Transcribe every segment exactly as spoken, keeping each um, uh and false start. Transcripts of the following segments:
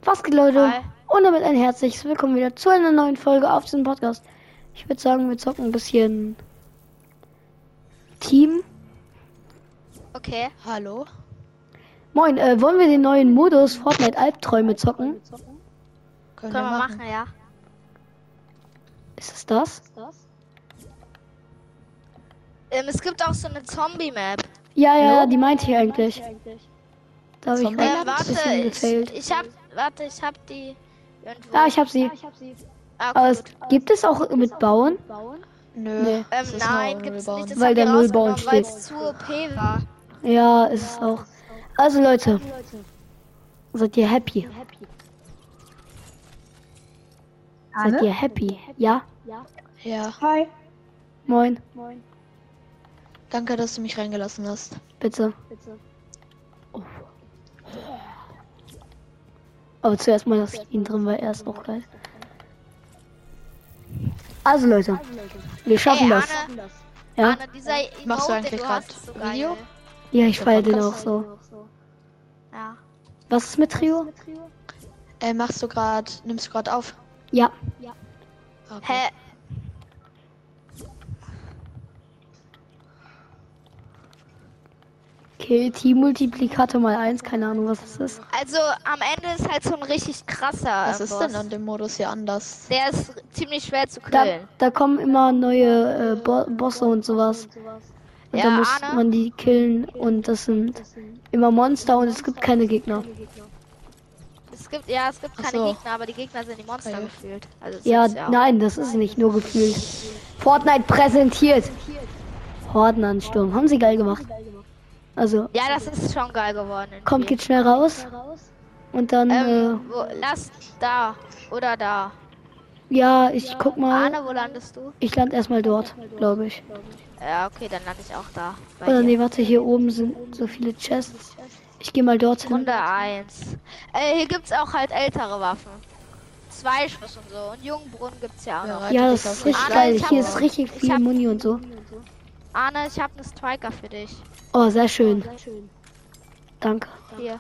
Was geht, Leute? Hi. Und damit ein herzliches Willkommen wieder zu einer neuen Folge auf diesem Podcast. Ich würde sagen, wir zocken ein bisschen Team. Okay. Hallo. Moin, äh, wollen wir den neuen Modus Fortnite Albträume zocken? Können wir machen, ja. Ist es das? Ähm, es gibt auch so eine Zombie-Map. Ja, ja, ja, die meinte ich eigentlich. Da habe ich Zombie- gerade Ähm, ein warte, bisschen ich, gefailt. ich hab, warte, ich hab die irgendwo. Ah, ich habe sie. Ah, Aber okay, es gut. gibt es auch mit Bauen? Nö. Nee. Ähm, es ist nein, nur gibt's Nullbauen. nicht. Das Weil haben der die Nullbauen rausgenommen, weil steht. es zu O P war. Ja, ist es auch. Also Leute, seid ihr happy? Seid ihr happy? Ja? Ja. Hi. Moin, Danke, dass du mich reingelassen hast. bitte. Oh. Aber zuerst mal lasse ich ihn drin, weil er ist auch geil. Also Leute, wir schaffen Ey, das. Arne, Ja? Arne, dieser Emote, Machst du den eigentlich du grad hast, ist so Video? geil. Ja, ich feiere den auch Podcast? so. Ja. Was ist mit Trio? Äh, machst du gerade, nimmst du gerade auf? Ja. Okay. Hä? Okay, Team-Multiplikator mal eins, keine Ahnung, was das ist. Also, am Ende ist halt so ein richtig krasser Was ähm, ist Boss. denn an dem Modus hier anders? Der ist ziemlich schwer zu Da, killen. da kommen immer neue äh, Bo Bosse und sowas. Und Ja, da muss Arne? man die killen und das sind immer Monster und es gibt keine Gegner. Es gibt, ja, es gibt Ach keine so. Gegner, aber die Gegner sind die Monster Okay. gefühlt. Also das Ja, sind's auch. nein, das ist nicht nur gefühlt. Fortnite präsentiert. Hordenansturm. Haben sie geil gemacht. Also, Ja, das ist schon geil geworden. irgendwie. kommt, geht schnell raus. Und dann, Ähm, wo, lass da oder da. äh, ja, ich guck mal. Arne, wo landest du? Ich lande erstmal dort, glaube ich. Ja, okay, dann lande ich auch da. Bei Oder dir. nee, warte, hier oben sind so viele Chests. Ich gehe mal dorthin. Runde eins. Äh, hier gibt's auch halt ältere Waffen. Zwei Schuss und so. Und Jungbrunnen gibt's ja auch noch. Bereite Ja, dich das auf ist richtig Arne, geil. ich hab- Hier ist richtig ich viel hab- Muni und so. Arne, ich habe einen Striker für dich. Oh, sehr schön. Danke. Hier.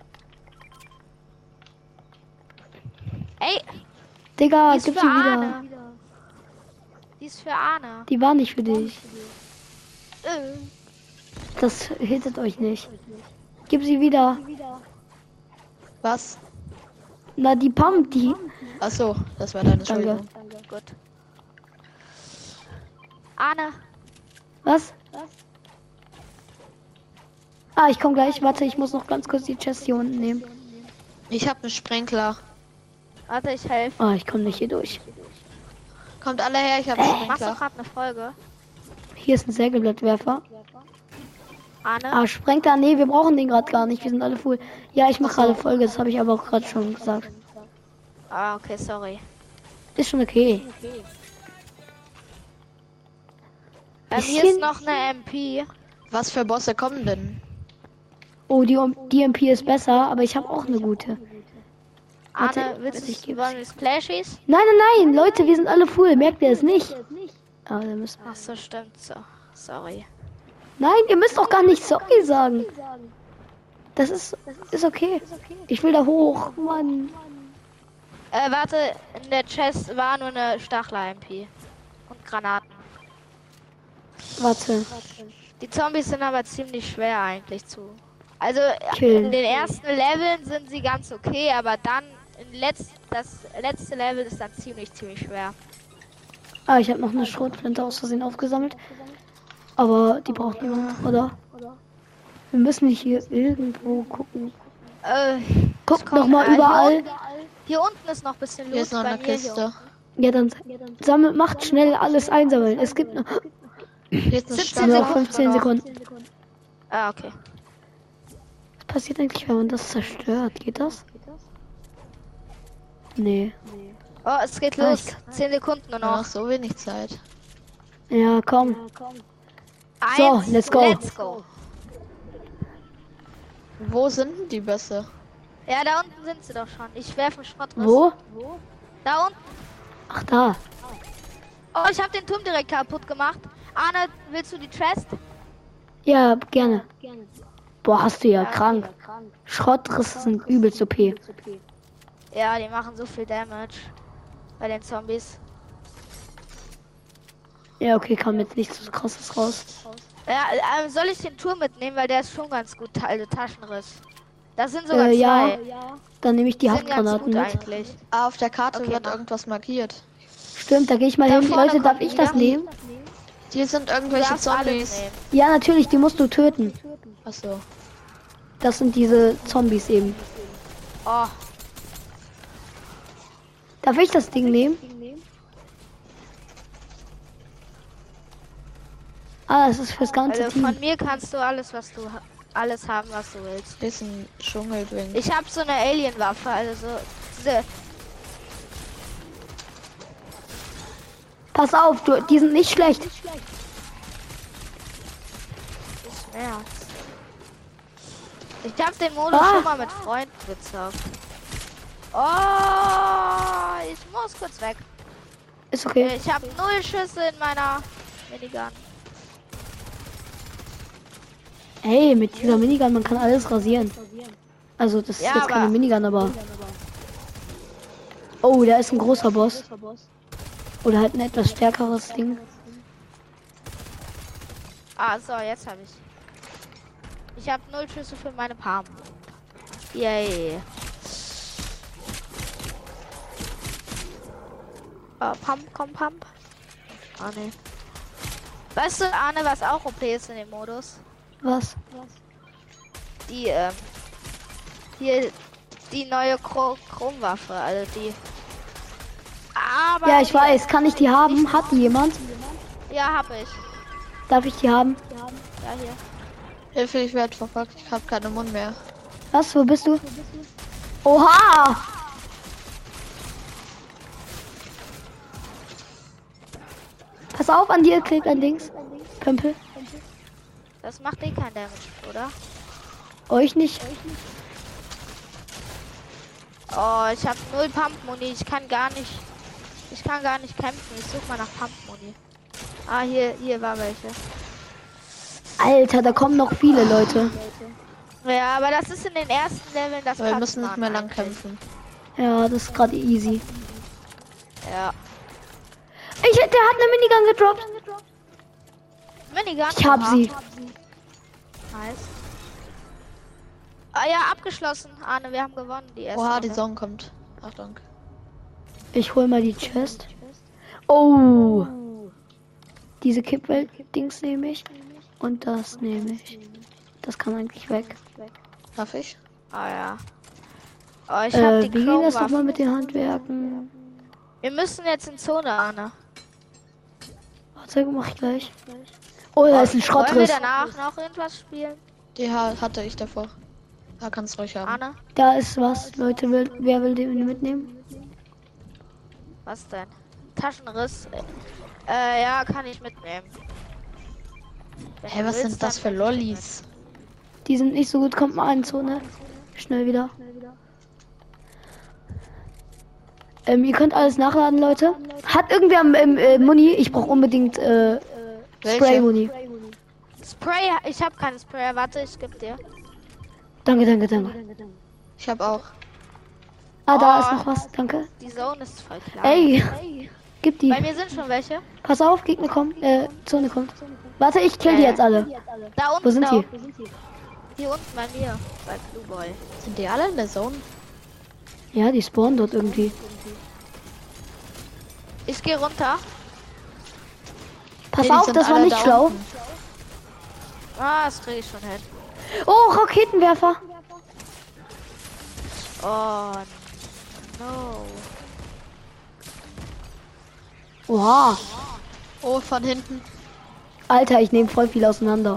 Ey, Digga, die ist gib für sie wieder. Arne. Die ist für Arne. Die war nicht für dich. Äh. Das hittet euch nicht. Gib sie wieder. Was? Na, die Pump, die. Ach so, das war deine Danke. Entschuldigung. Gut. Arne, Was? Ah, ich komme gleich. Warte, ich muss noch ganz kurz die Chest hier unten nehmen. Ich habe einen Sprenkler. warte, ich helfe. Ah, ich komme nicht hier durch. Kommt alle her, ich habe einen Machst du Sprenkler. gerade eine Folge? Hier ist ein Sägeblattwerfer. Arne? Ah, sprengt da. Nee, wir brauchen den gerade gar nicht. Wir sind alle full. Ja, ich mache gerade Folge. Das habe ich aber auch gerade schon gesagt. Ah, okay, sorry. Ist schon okay. Bei mir Bisschen- ist noch eine M P. Was für Bosse kommen denn? Oh, die, die M P ist besser, aber ich habe auch eine gute. Warte, Arne, willst ich du, geb's. wollen wir Splashies? Nein, nein, nein, Leute, wir sind alle full. Merkt ihr es nicht? Ah, dann müssen wir. Ach so, stimmt so. Sorry. Nein, ihr müsst doch gar nicht sorry sagen. Das ist, ist okay. Ich will da hoch, Mann. Äh, warte, in der Chest war nur eine Stachler-M P. Und Granaten. Warte. Die Zombies sind aber ziemlich schwer eigentlich zu. Also Killen. in den ersten Leveln sind sie ganz okay, aber dann in letzt, das letzte Level ist dann ziemlich, ziemlich schwer. Ah, ich habe noch eine Schrotflinte aus Versehen aufgesammelt. Aber die braucht niemand, oder? Wir müssen hier irgendwo gucken. Äh, Guckt komm, noch mal äh, überall. Hier unten, hier unten ist noch ein bisschen Hier Loot ist noch bei eine mir. Hier Kiste. unten. Ja, dann sammelt, macht schnell alles einsammeln. Es gibt noch, Hier ist eine siebzehn noch Stange. fünfzehn Sekunden. Ah, okay. Was passiert eigentlich, wenn man das zerstört? Geht das? Nee. Oh, es geht Ah, los. ich zehn Sekunden nur Noch noch. so wenig Zeit. Ja, komm. Eins, So, let's go. Let's go. Wo sind denn die Bösse? Ja, da unten sind sie doch schon. Ich werfe einen Schrott raus. Wo? Da unten. Ach, da. Oh, ich habe den Turm direkt kaputt gemacht. Arne, willst du die Chest? Ja, gerne. Boah, hast du ja krank. Schrottrisse sind übelst O P. Ja, die machen so viel Damage bei den Zombies. Ja, okay, kam jetzt nicht so krasses raus. Ja, äh, soll ich den Turm mitnehmen, weil der ist schon ganz gut, also Taschenriss. Das sind sogar Äh, ja, zwei. dann nehme ich die Die sind ganz Handgranaten gut mit. eigentlich. Ah, auf der Karte Okay, wird mach. irgendwas markiert. Stimmt, da gehe ich mal Da hin. vorne Leute, darf kommen ich das wieder. nehmen? Hier sind Du irgendwelche darfst alles Zombies. nehmen. Ja, natürlich, die musst du töten. Achso. Das sind diese Zombies eben. Oh, Darf ich das Ding nehmen? Ah, das ist fürs ganze also Team. von mir kannst du alles, was du ha- alles haben, was du willst. Bisschen Dschungeldwing. Ich habe so eine Alien-Waffe, also so diese. Pass auf, du, die sind nicht schlecht. Schmerz. Ich habe den Modus Ah. schon mal mit Freunden gezockt. Oh, ich muss kurz weg. Ist okay. Ich habe null Schüsse in meiner Minigun. Hey, mit dieser Minigun, man kann alles rasieren. Also, das ist Ja, jetzt keine aber- Minigun, aber... Oh, da ist ein großer Boss. Oder halt ein etwas stärkeres Ding. Ah, so, jetzt habe ich. Ich habe null Schüsse für meine Palm. Yay. Oh, Pump, komm, Pump. Ah, ne. Weißt du, Arne, was auch O P ist in dem Modus? Was? Die, ähm, hier, die neue Chro Chromwaffe, also die. Aber Ja, ich die- weiß. Kann ich die haben? Hat die jemand? Ja, hab ich. Darf ich die haben? Ja, hier. Hilfe, ich werde verfolgt. Ich habe keinen Mund mehr. Was? Wo bist du? Oha! Pass auf, an dir klebt ein Dings. Pömpel. Das macht eh kein Damage, oder? Euch nicht. Oh, ich habe null Pump-Muni. Ich kann gar nicht. Ich kann gar nicht kämpfen. Ich suche mal nach Pump-Muni. Ah, hier, hier war welche. Alter, da kommen noch viele Leute. Ja, aber das ist in den ersten Leveln das Aber wir kann müssen nicht man mehr lang eigentlich. kämpfen. Ja, das ist gerade easy. Ja. Ich, der hat eine Minigun gedroppt. Minigun. Ich hab Oha. sie. Nice. Ah ja, abgeschlossen. Arne, wir haben gewonnen. Die erste Oha, die Runde. Sonne kommt. Achtung. Ich hol mal die Chest. Oh. Diese Kippwelt-Dings nehme ich. Und das nehme ich. Das kann eigentlich weg. Darf ich? Ah ja. Oh, ich hab Äh, die wie ging das Chrome-Waffen. nochmal mit den Handwerken? Wir müssen jetzt in Zone, Arne. Warte, mach ich gleich. Oh, da ist ein Wollen wir Schrottriss. danach noch irgendwas spielen? Die ha hatte ich davor. Da kannst du ruhig haben. Arne? Da ist was. Leute, will, wer will den mitnehmen? Was denn? Taschenriss? Äh, ja, kann ich mitnehmen. Wenn Hä, du was willst, sind das für dann nehm ich Die Lollis? sind nicht so gut. Kommt mal in Zone. Schnell wieder. Ähm, ihr könnt alles nachladen, Leute. Hat irgendwer ähm, äh, Muni? Ich brauche unbedingt äh, Welche? Spray-Muni. mit. Spray, ich habe keine Spray. Warte, ich geb dir. Danke, danke, danke. Ich habe auch. Ah, da Oh. ist noch was. Danke. Die Zone ist voll klein. Ey, gib die. Bei mir sind schon welche. Pass auf, Gegner kommen. Äh, Zone kommt. Warte, ich kill die Ja, jetzt alle. Da unten. Wo sind da die? unten. Hier unten bei mir. Bei Blue Boy. Sind die alle in der Zone? Ja, die spawnen dort irgendwie. Ich gehe runter. Pass Nee, die auf, sind das war alle nicht da schlau. unten. Ah, das kriege ich schon hin. Oh, Raketenwerfer. Oh, no. Oha. Oh, von hinten. Alter, ich nehme voll viel auseinander.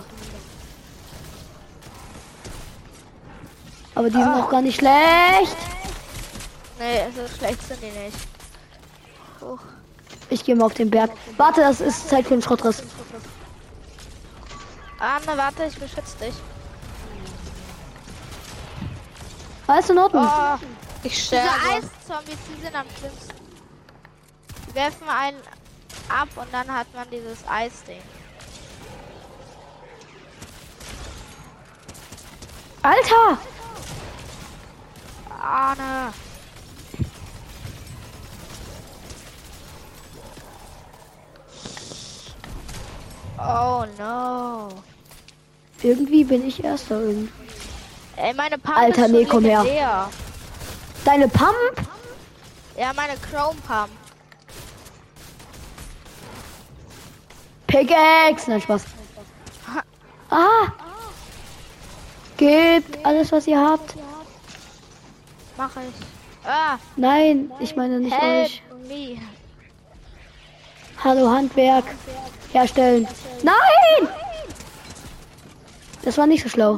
Aber die sind auch gar nicht schlecht. Nee, so schlecht sind die nicht. Huch. Ich gehe mal auf den Berg. Warte, das ist Zeit für einen Schrottriss. Arne, warte, ich beschütze dich. Alles in Ordnung. Oh, Ich diese sterbe. Eiszombies, die sind am schlimmsten. Die werfen einen ab und dann hat man dieses Eisding. Alter! Arne. no. Irgendwie bin ich erster irgendwie. Ey, meine Pump Alter, ist nee, schon komm her. legendär. Deine Pump? Ja, meine Chrome Pump. Pickaxe! Nein, Spaß. Ah! Gebt alles, was ihr habt. Mach ich. Ah, Nein, ich meine nicht help euch. me. Hallo, Handwerk. Herstellen. Nein! Das war nicht so schlau.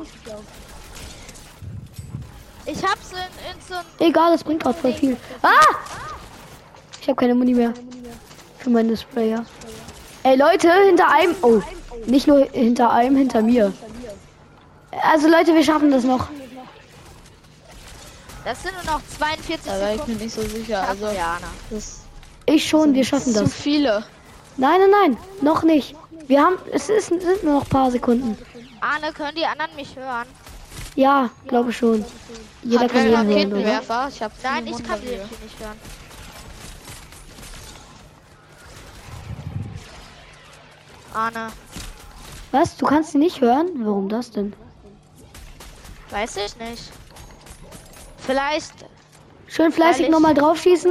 Ich hab's in, in so ein... Egal, das bringt gerade voll viel. Ah! Ich habe keine Muni mehr. Für meine Sprayer. Ey, Leute, hinter einem... Oh, nicht nur hinter einem, hinter mir. Also, Leute, wir schaffen das noch. Das sind nur noch zweiundvierzig Da war ich Sekunden. mir nicht so sicher. Also, Jana. das Ich schon, wir schaffen zu das. viele. Nein, nein, nein, noch nicht. Wir haben... Es ist, sind nur noch ein paar Sekunden. Arne, können die anderen mich hören? Ja, glaube schon. Jeder Hat kann wer jeden hören, oder? Raketenwerfer? Ich hab Nein, ich kann die die. irgendwie nicht hören. Arne, Was? Du kannst sie nicht hören? Warum das denn? weiß ich nicht. Vielleicht... Schön fleißig Ehrlich? nochmal draufschießen.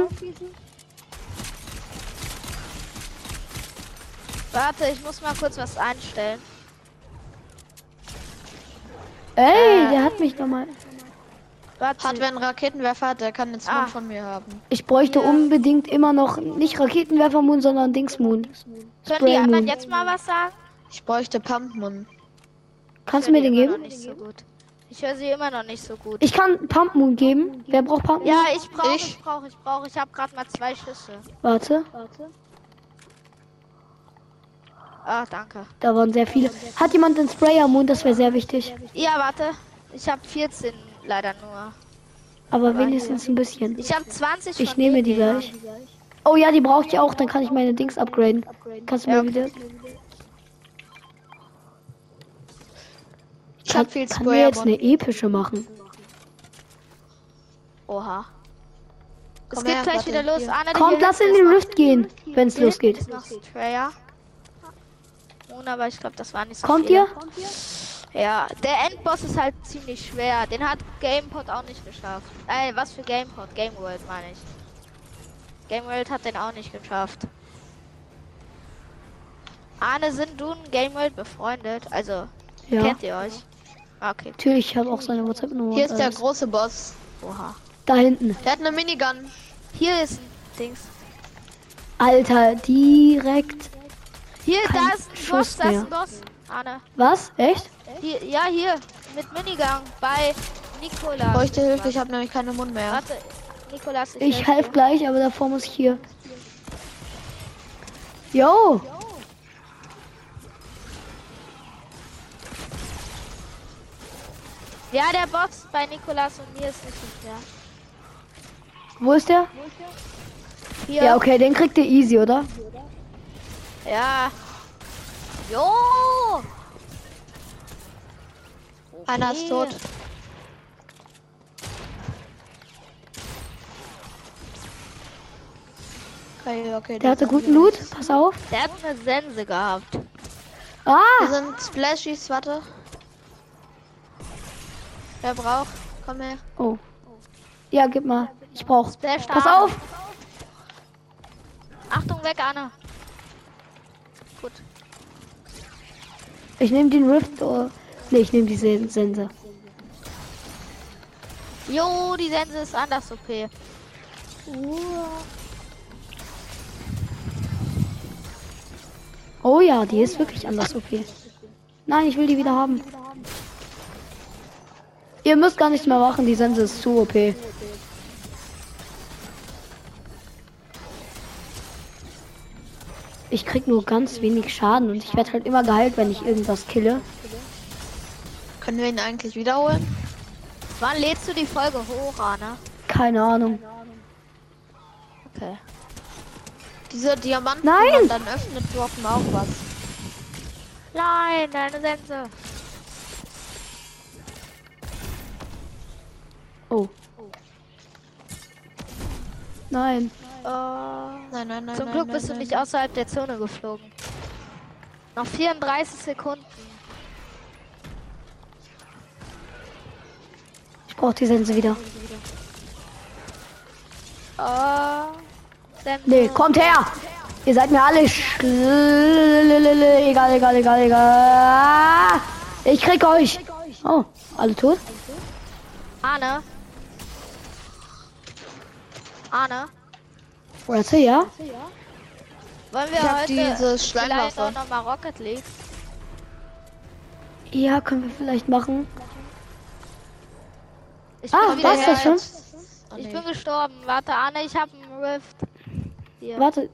Warte, ich muss mal kurz was einstellen. Ey, Äh. der hat mich nochmal. Warte. Hat wer einen Raketenwerfer hat, der kann jetzt Ah. Mund von mir haben. Ich bräuchte unbedingt immer noch nicht Raketenwerfer-Moon, sondern Dingsmoon. Können die Spray anderen Moon. jetzt mal was sagen? Ich bräuchte Pumpmund. Kannst Ich du mir höre den die immer geben? noch nicht so gut. Ich höre sie immer noch nicht so gut. Ich kann Pump Moon geben. Wer braucht Pump Moon? Ja, ich brauche, Ich. ich brauche, ich brauche. Ich habe gerade mal zwei Schüsse. Warte, Ah, danke. da waren sehr viele. Hat jemand den Sprayer Moon? Das wäre sehr wichtig. Ja, warte. Ich habe vierzehn leider nur. Aber wenigstens ein bisschen. Ich habe zwanzig. Ich von nehme den die Dingern. gleich. Oh ja, die brauche ich auch. Dann kann ich meine Dings upgraden. Kannst du mir Ja, okay. wieder... Ich Kann, hab viel kann mir jetzt eine Sprayer. epische machen. Oha. Es Komm geht her, gleich warte, wieder los. hier. Anna, die Kommt, hier lass in hinten den ist Rift gehen, wenn es noch- hier losgeht. hinten ist noch Strayer. Moon, aber ich glaube, das war nicht so Kommt viele. ihr? Ja, der Endboss ist halt ziemlich schwer. Den hat GamePod auch nicht geschafft. Ey, was für GamePod? Game World meine ich. Game World hat den auch nicht geschafft. Arne, sind du und Game World befreundet? Also, Ja, kennt ihr euch? Okay, natürlich. Ich habe auch seine WhatsApp-Nummer. Hier und ist der alles. große Boss. oha. Da hinten. Der hat eine Minigun. Hier ist ein Dings. Alter, direkt. Hier, Kein da ist ein Schuss Boss, da ist mehr. ein Boss. Arne. Was? Echt? Hier, ja, hier. Mit Minigun bei Nikolas. Bräuchte Hilfe, ich habe nämlich keine Mund mehr. Warte, Nikolas, ich, Ich helfe helfe dir. gleich, aber davor muss ich hier. Jo! Ja, der Boss bei Nikolas und mir ist nicht so schwer. Wo ist der? Hier. Ja, okay, den kriegt ihr easy, oder? Ja. Jo! Einer ist tot. Okay, okay. Der hatte guten Loot. Pass auf. Der hat eine Sense gehabt. Wir Ah! sind Splashies, warte. Wer braucht? Komm her. Oh. Ja, gib mal. Ich brauch. Splash Pass da. auf! Achtung, weg, Anne. Gut. Ich nehme den Rift. Oh. Ne, ich nehme die Sen- Sense. Jo, die Sense ist anders O P. Oh ja, die ist wirklich anders O P. Nein, ich will die wieder haben. Ihr müsst gar nichts mehr machen, die Sense ist zu O P. Ich krieg nur ganz wenig Schaden und ich werde halt immer geheilt, wenn ich irgendwas kille. Können wir ihn eigentlich wiederholen? Wann lädst du die Folge hoch, Anne? Keine Ahnung. Okay. Diese Diamanten, Nein! die man dann öffnet, droppen auch was. Nein, deine Sense. Oh. Nein. Oh. Nein, nein, nein. Zum nein, Glück nein, bist du nein. nicht außerhalb der Zone geflogen. Noch vierunddreißig Sekunden. Ich brauche die Sense wieder. Oh. Nee, kommt her! Ihr seid mir alle sch... Egal, egal, egal, egal. Ich krieg euch. Oh, alle tot? Arne. Arne. Warte, ja? Wollen wir Ich hab heute diese vielleicht Schleimwaffe. auch noch mal Rocket League? Ja, können wir vielleicht machen. Ich Ah, bin wieder war's das hier. schon? Oh, Ich nee. bin gestorben. Warte, Arne, ich habe einen Rift. Hier. Warte.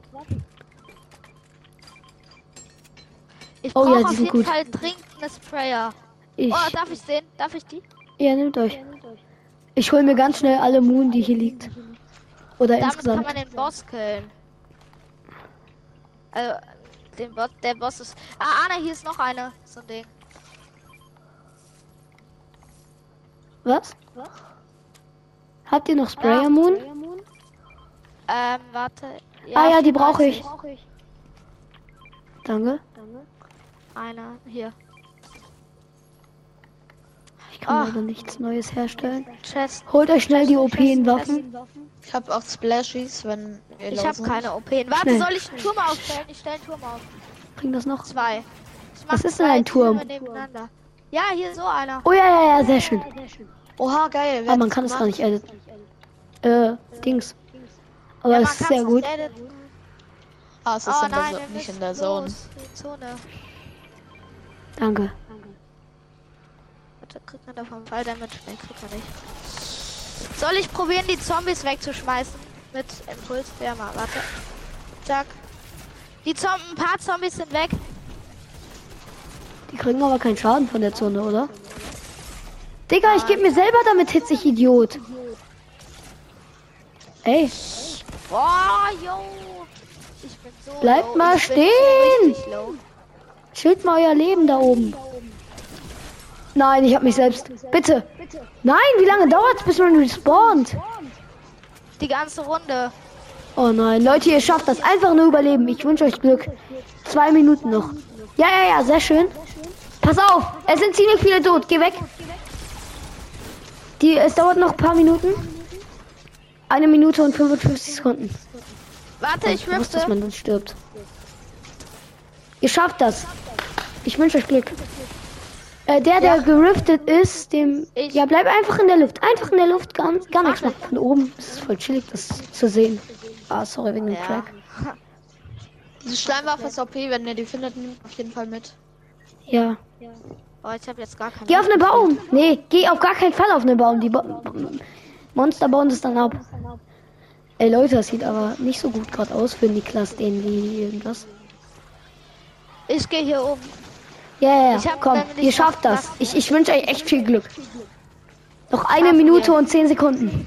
Ich Oh brauche ja, die auf sind jeden gut. Fall trinkende Sprayer. Ich. Oh, darf ich sehen? Darf ich die? Ja, nehmt euch. Ich hol mir ganz schnell alle Moon, die hier liegt. Oder Damit insgesamt. kann man den Boss killen. Also, den Boss, der Boss ist... Ah, Arne, hier ist noch eine. So ein Ding. Was? Habt ihr noch Sprayer Moon? Ähm, warte. Ah ja, die brauche ich. vierundneunzig. Danke. Einer, hier. Ich kann Ah. leider nichts Neues herstellen. Chest. Holt euch schnell die O P-Waffen. Ich hab auch Splashies, wenn wir Ich low habe sind. keine O P. Warte, Schnell. soll ich einen Turm aufstellen? Ich stelle einen Turm auf. Bring das noch. Zwei. Ich mach Was ist denn zwei ein Turm? Türme nebeneinander. Ja, hier so einer. Oh ja, ja, ja, sehr schön. Oha, geil. wer Aber man hat's kann es gar gemacht? nicht editen. Äh, Dings. Aber Ja, es man ist kann's sehr gut. nicht editen. Ah, es ist Oh in der nein, so wir nicht in müssen der Zone. los. Die Zone. Danke. Warte, kriegt man davon Fall damit? Nee, kriegt man nicht. Soll ich probieren, die Zombies wegzuschmeißen? Mit Impuls? Ja, mal, warte. Zack. Die Zom ein paar Zombies sind weg. Die kriegen aber keinen Schaden von der Zone, oder? Digga, ich geb mir selber damit Hits, ich Idiot. Ey, Boah, yo. Ich bin so Bleibt low. mal ich bin stehen. So richtig low. chillt mal euer Leben da oben. Nein, ich hab mich selbst. Bitte. Nein, wie lange dauert's, bis man respawnt? Die ganze Runde. Oh nein, Leute, ihr schafft das. Einfach nur überleben. Ich wünsche euch Glück. Zwei Minuten noch. Ja, ja, ja, sehr schön. Pass auf, es sind ziemlich viele tot. Geh weg. Die, es dauert noch ein paar Minuten. Eine Minute und fünfundfünfzig Sekunden. Warte, ich Ich wusste, dass rifte. man dann stirbt. Ihr schafft das. Ich wünsche euch Glück. Äh, der, der Ja. geriftet ist, dem... Ich. Ja, bleib einfach in der Luft. Einfach in der Luft. Gar, gar nichts machen. Von oben ist es voll chillig, das zu sehen. Ah, sorry wegen dem Ja. Track. Diese Schleimwaffe ist O P, wenn ihr die findet, nehmt auf jeden Fall mit. Ja. Oh, ich habe jetzt gar keine. Geh auf einen Baum. Nee, geh auf gar keinen Fall auf einen Baum. Die ba Monster bauen das dann ab. Ey Leute, das sieht aber nicht so gut gerade aus für Niklas, den wie irgendwas. Ich gehe hier oben. Ja, ja, Ich ja. hab Komm, nämlich ihr schafft noch das. was- Ich, ich wünsche euch echt viel Glück. Noch eine Schaffen Minute wir. und zehn Sekunden.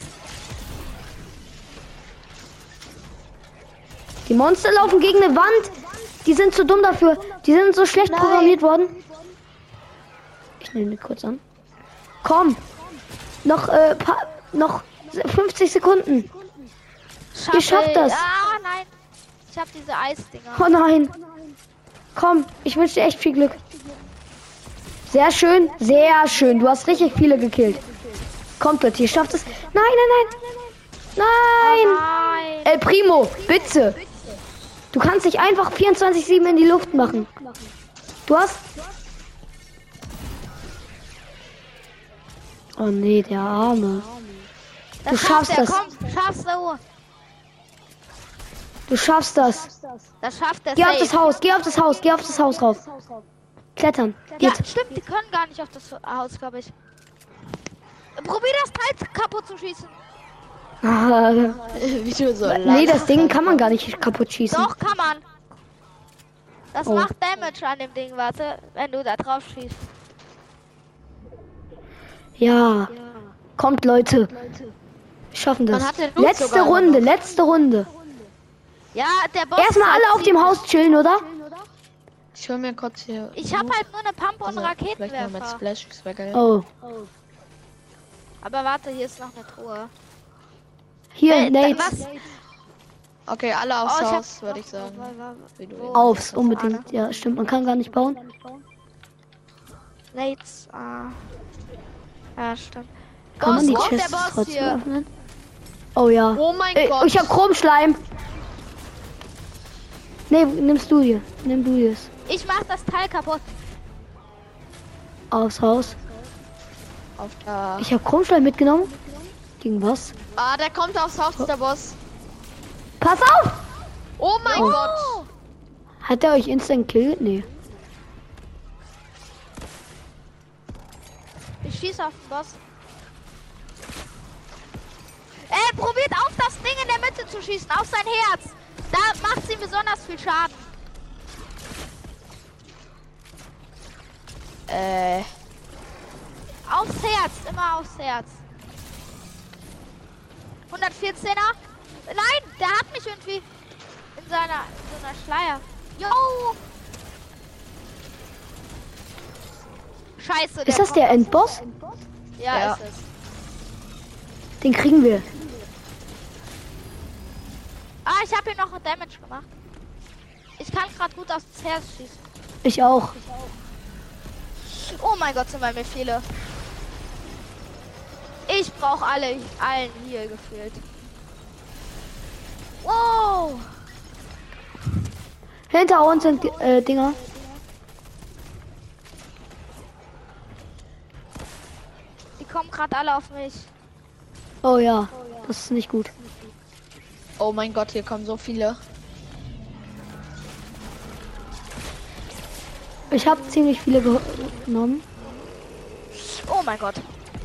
Die Monster laufen gegen eine Wand. Die sind zu dumm dafür. Die sind so schlecht Nein. programmiert worden. Ich nehme die kurz an. Komm. Noch, äh, pa noch fünfzig Sekunden. Schaff Ihr schafft ich. das. Ah, nein. Ich habe diese Eisdinger. Oh nein. Komm, ich wünsche dir echt viel Glück. Sehr schön, sehr schön. Du hast richtig viele gekillt. Kommt bitte, ihr schafft es. Nein, nein, nein. Nein. Nein. El Primo, bitte. Du kannst dich einfach vierundzwanzig sieben in die Luft machen. Du hast... Oh nee, der Arme. Das Du schafft schaffst er. das. Komm, schaffst du. Du schaffst das. Das schafft er. Geh auf safe. das Haus, geh auf das Haus, geh auf das Haus rauf. Klettern. Ja, Geht. stimmt. Die können gar nicht auf das Haus, glaube ich. Probier das Teil kaputt zu schießen. Ah, Wie du so nee, das Ding kann man gar nicht kaputt schießen. Doch, kann man. Das Oh. macht Damage an dem Ding, warte, wenn du da drauf schießt. Ja. Kommt, Leute. Wir schaffen das. Man hat den Loot Letzte sogar Runde, noch. letzte Runde. Ja, der Boss. Erstmal ist halt alle auf dem ziemlich- Haus chillen, oder? Ich hol mir kurz hier. Ich habe halt nur eine Pump und Also, vielleicht noch mit Raketenwerfer. Splash, das wäre geil. Oh. Aber warte, hier ist noch eine Truhe. Hier, Äh, da- Nate. was? Okay, alle aufs Oh, ich hab- Haus, würde ich sagen. Wie du eben Aufs, gesagt unbedingt. Ja, stimmt. Man kann gar nicht bauen. Nates, ah. Ja, stimmt. Kann man Boss, die wo ist der Chests Boss trotzdem hier? öffnen? Oh ja. hast. Oh mein Äh, Gott. ich hab Chromschleim. Nee, nimmst du hier. Nimm du es. Ich mach das Teil kaputt. Aufs Haus. Auf der... Ich hab Chromschleim mitgenommen. Gegen was? Ah, der kommt aufs Haus, der Boss. Pass auf! Oh mein Oh. Gott. Hat er euch instant killt? Nee. Ich schieße auf den Boss. Äh, probiert auf das Ding in der Mitte zu schießen, auf sein Herz. Da macht sie besonders viel Schaden. Äh... Aufs Herz, immer aufs Herz. hundertvierzehner? Nein, der hat mich irgendwie in seiner, in so einer Schleier. Yo! Scheiße. Ist das kommt der aus- Endboss? Ja, Ja. ist es. Den kriegen wir. Ah, ich habe hier noch einen Damage gemacht. Ich kann gerade gut aufs Herz schießen. Ich auch. Oh mein Gott, sind bei mir viele. Ich brauche alle, allen hier gefühlt. Wow! Hinter uns sind äh, Dinger. Die kommen gerade alle auf mich. Oh ja, das ist nicht gut. Oh mein Gott, hier kommen so viele. Ich habe ziemlich viele ge- genommen. Oh mein Gott.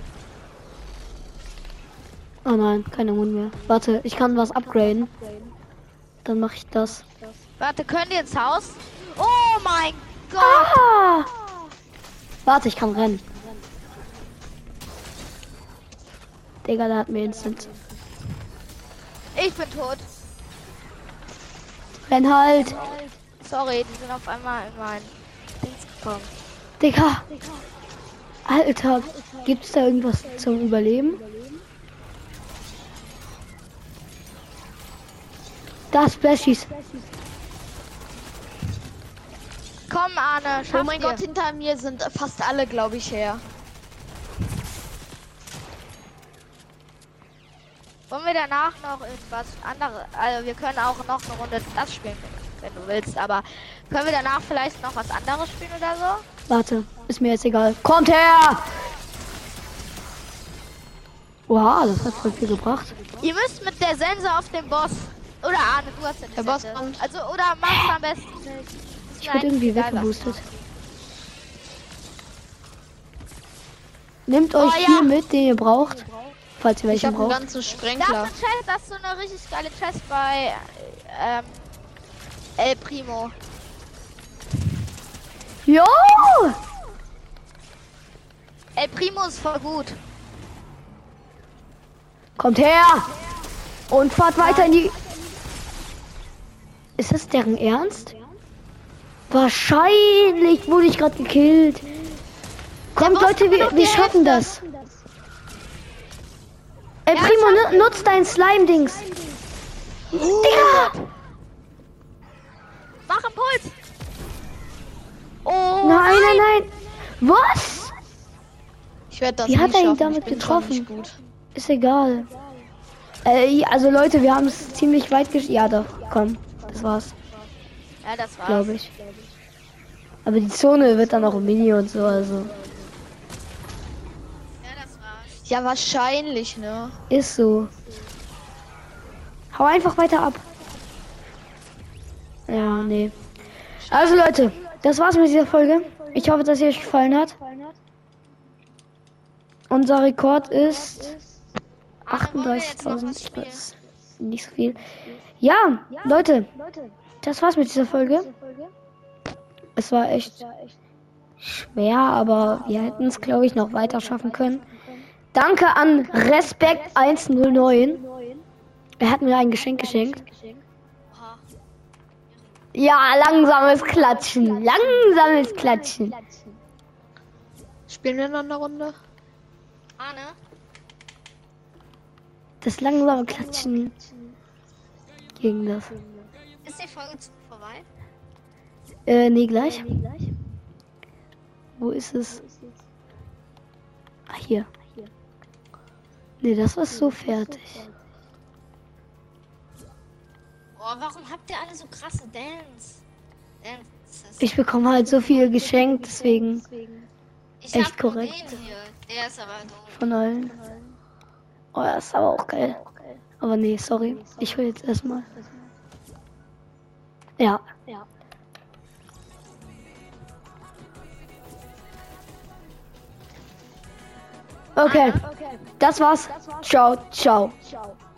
Oh nein, keine Mund mehr. Warte, ich kann was upgraden. Dann mache ich das. Warte, könnt ihr ins Haus? Oh mein Gott! Ah! Warte, ich kann rennen. Digga, der hat mir instant. Ich bin tot. Renn halt. Sorry, die sind auf einmal in mein Dings gekommen. Digga. Alter, gibt's da irgendwas zum Überleben? Da Splashies. Komm, Arne, schaff Oh mein dir. Gott, hinter mir sind fast alle, glaube ich, her. Wollen wir danach noch irgendwas anderes? Also wir können auch noch eine Runde das spielen, wenn du willst. Aber können wir danach vielleicht noch was anderes spielen oder so? Warte, ist mir jetzt egal. Kommt her! Wow, das hat voll viel gebracht. Ihr müsst mit der Sense auf den Boss. Oder Arne, du hast ja die Der Boss Sense. kommt. Also oder mach's am besten nicht. Ist Ich mir werde irgendwie eigentlich egal, was weggeboostet. du Nehmt euch Oh, ja. viel mit, den ihr braucht. Falls ihr Ich welchen habe einen braucht. ganzen machst. Das Sprenkler. ist, ein Chest, das ist so eine richtig geile Chest bei ähm, El Primo. Jo! El Primo ist voll gut. Kommt her! Und fahrt weiter in die... Ist das deren Ernst? Wahrscheinlich wurde ich gerade gekillt. Kommt Boss Leute, hat wir, noch wir die schaffen das. Ey, Primo, nu- nutzt dein Slime-Dings. Digga! Mach Impuls! Oh Nein, nein, nein. Was? Ich werde das Wie hat nie er ihn schaffen. damit ich bin getroffen? Schon nicht gut. Ist egal. Äh, ja, also Leute, wir haben es ziemlich weit gesch... Ja doch, komm. Das war's, Ja, das war's. glaube ich. Aber die Zone wird dann auch im Mini und so, also... Ja, das war's. Ja, wahrscheinlich, ne? Ist so. Hau einfach weiter ab. Ja, nee. Also Leute, das war's mit dieser Folge. Ich hoffe, dass sie euch gefallen hat. Unser Rekord ist achtunddreißigtausend. Ich weiß, nicht so viel. Ja, Leute, das war's mit dieser Folge. Es war echt schwer, aber wir hätten es, glaube ich, noch weiter schaffen können. Danke an Respekt hundertneun. Er hat mir ein Geschenk geschenkt. Ja, langsames Klatschen. Langsames Klatschen. Spielen wir noch eine Runde? Arne? Das langsame Klatschen. gegen das. Ist die Folge vorbei? Äh, nee, gleich. Wo ist es? Ah, hier. Nee, das war so fertig. Boah, warum habt ihr alle so krasse Dance? Dances. Ich bekomme halt so viel geschenkt, deswegen Ich echt hab nur korrekt. den hier. Der ist aber doof. Von allen. Oh, das ist aber auch geil. Aber nee, sorry. Ich will jetzt erstmal. Ja. Okay. Das war's. Ciao, ciao.